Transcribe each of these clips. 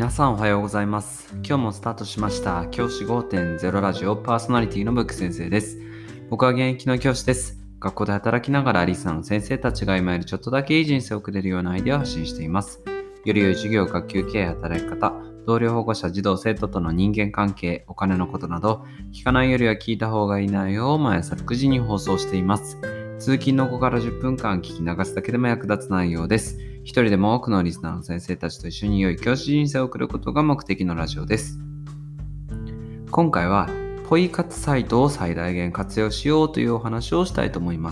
皆さんおはようございます。今日もスタートしました教師 5.0 ラジオパーソナリティのブック先生です。僕は現役の教師です。学校で働きながらリスナーの先生たちが今よりちょっとだけいい人生を送れるようなアイデアを発信しています。より良い授業、学級経営、働き方、同僚保護者、児童生徒との人間関係、お金のことなど、聞かないよりは聞いた方がいい内容を毎朝6時に放送しています。通勤の後から10分間聞き流すだけでも役立つ内容です。一人でも多くのリスナーの先生たちと一緒に良い教師人生を送ることが目的のラジオです。今回はポイ活サイトを最大限活用しようというお話をしたいと思います。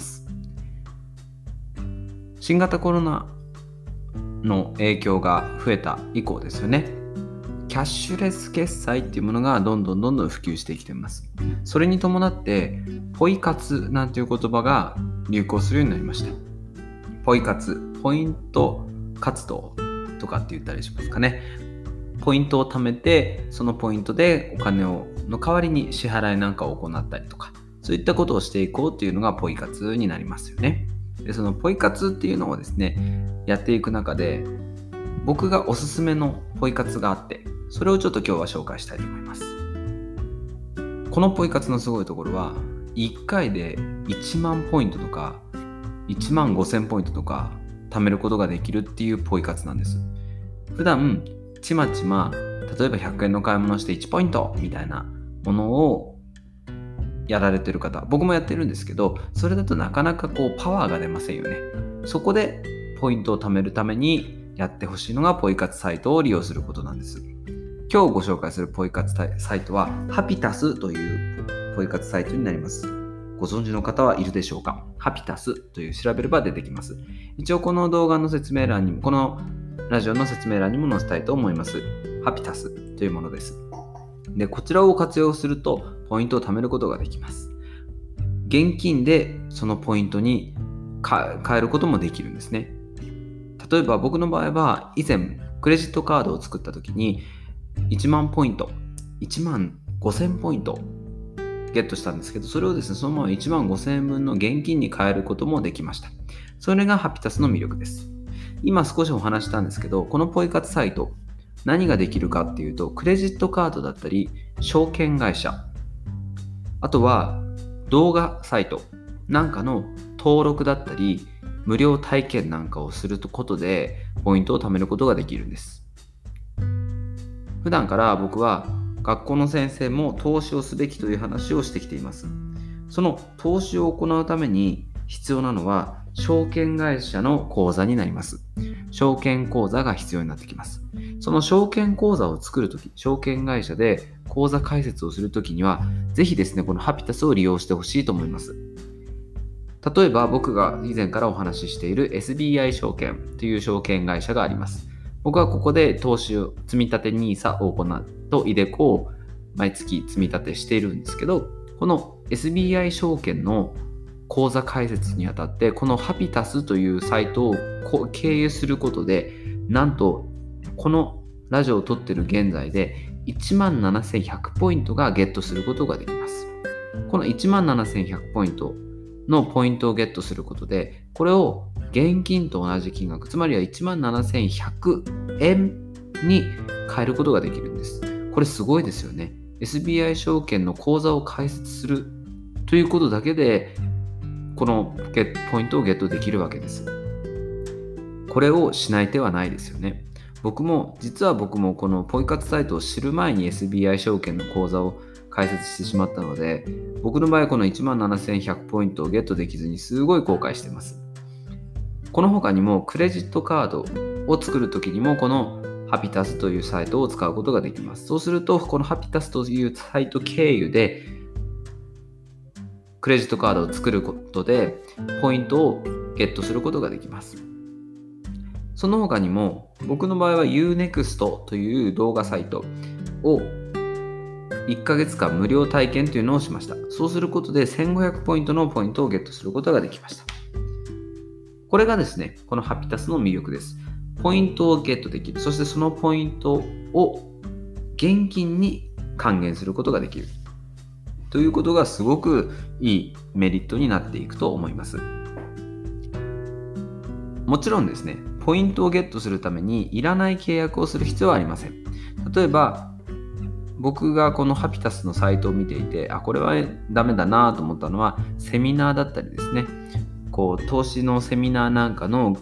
新型コロナの影響が増えた以降ですよね。キャッシュレス決済っていうものがどんどん普及してきています。それに伴ってポイ活なんていう言葉が流行するようになりました。ポイ活、ポイント活動とかって言ったりしますかね。ポイントを貯めて、そのポイントでお金の代わりに支払いなんかを行ったりとか、そういったことをしていこうっていうのがポイ活になりますよね。で、そのポイ活っていうのをですね、やっていく中で、僕がおすすめのポイ活があって、それをちょっと今日は紹介したいと思います。このポイ活のすごいところは、1回で1万ポイントとか、1万5000ポイントとか貯めることができるっていうポイ活なんです。普段ちまちま例えば100円の買い物をして1ポイントみたいなものをやられてる方、僕もやってるんですけど、それだとなかなかパワーが出ませんよね。そこでポイントを貯めるためにやってほしいのがポイ活サイトを利用することなんです。今日ご紹介するポイ活サイトはハピタスというポイ活サイトになります。ご存知の方はいるでしょうか。ハピタスという調べれば出てきます。一応この動画の説明欄にも、このラジオの説明欄にも載せたいと思います。ハピタスというものです。で、こちらを活用するとポイントを貯めることができます。現金でそのポイントに変えることもできるんですね。例えば僕の場合は以前クレジットカードを作った時に1万ポイント、1万5000ポイントゲットしたんですけど、それをですね、そのまま1万5000円分の現金に変えることもできました。それがハピタスの魅力です。今少しお話したんですけど、このポイ活サイト、何ができるかっていうと、クレジットカードだったり、証券会社、あとは動画サイトなんかの登録だったり、無料体験なんかをすることで、ポイントを貯めることができるんです。普段から僕は学校の先生も投資をすべきという話をしてきています。その投資を行うために必要なのは証券会社の口座になります。証券口座が必要になってきます。その証券口座を作るとき、証券会社で口座開設をするときには、ぜひですね、このハピタスを利用してほしいと思います。例えば僕が以前からお話ししている SBI 証券という証券会社があります。僕はここで投資を積立 NISA を行うとiDeCoを毎月積み立てしているんですけど、この SBI 証券の口座開設にあたってこのハピタスというサイトを経由することで、なんとこのラジオを撮っている現在で17,100ポイントがゲットすることができます。この17,100ポイントのポイントをゲットすることで、これを現金と同じ金額、つまりは17,100円に変えることができるんです。これすごいですよね。SBI 証券の口座を開設するということだけで、このポイントをゲットできるわけです。これをしない手はないですよね。実は僕もこのポイ活サイトを知る前に SBI 証券の口座を開設してしまったので、僕の場合この17,100ポイントをゲットできずにすごい後悔しています。この他にもクレジットカードを作るときにもこのハピタスというサイトを使うことができます。そうするとこのハピタスというサイト経由でクレジットカードを作ることでポイントをゲットすることができます。その他にも僕の場合は Unext という動画サイトを1ヶ月間無料体験というのをしました。そうすることで1500ポイントのポイントをゲットすることができました。これがですね、このハピタスの魅力です。ポイントをゲットできる。そしてそのポイントを現金に還元することができる。ということがすごくいいメリットになっていくと思います。もちろんですね、ポイントをゲットするためにいらない契約をする必要はありません。 例えば僕がこのハピタスのサイトを見ていて、これはダメだなと思ったのは、セミナーだったりですね、投資のセミナーなんかの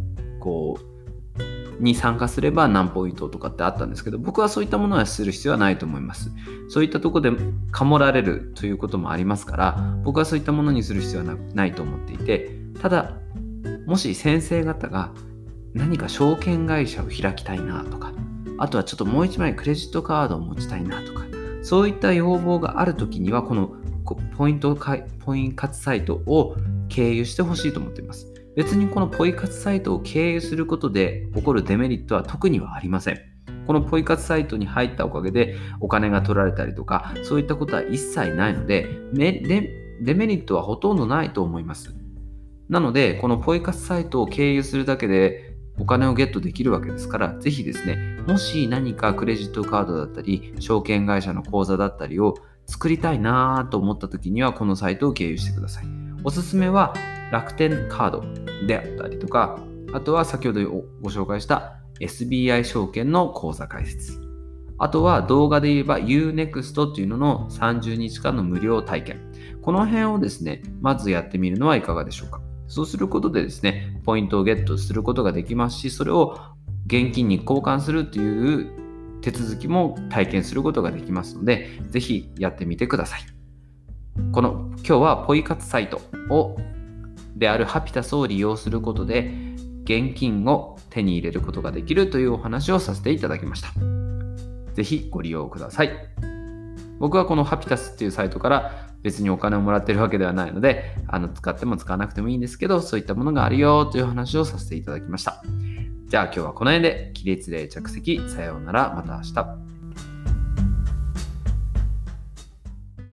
に参加すれば何ポイントとかってあったんですけど、僕はそういったものはする必要はないと思います。そういったところでかもられるということもありますから、僕はそういったものにする必要はないと思っていて、ただもし先生方が何か証券会社を開きたいなとか、あとはちょっともう一枚クレジットカードを持ちたいなとか、そういった要望があるときには、このポイン活サイトを経由してほしいと思っています。別にこのポイ活サイトを経由することで起こるデメリットは特にはありません。このポイ活サイトに入ったおかげでお金が取られたりとか、そういったことは一切ないので、デメリットはほとんどないと思います。なので、このポイ活サイトを経由するだけでお金をゲットできるわけですから、ぜひですね、もし何かクレジットカードだったり、証券会社の口座だったりを作りたいなと思った時には、このサイトを経由してください。おすすめは楽天カードであったりとか、あとは先ほどご紹介した SBI 証券の口座開設。あとは動画で言えば Unext っていうのの30日間の無料体験。この辺をですね、まずやってみるのはいかがでしょうか。そうすることでですね、ポイントをゲットすることができますし、それを現金に交換するという手続きも体験することができますので、ぜひやってみてください。今日はポイ活サイトであるハピタスを利用することで現金を手に入れることができるというお話をさせていただきました。ぜひご利用ください。僕はこのハピタスっていうサイトから別にお金をもらってるわけではないので、使っても使わなくてもいいんですけど、そういったものがあるよという話をさせていただきました。じゃあ今日はこの辺で起立例着席、さようなら、また明日。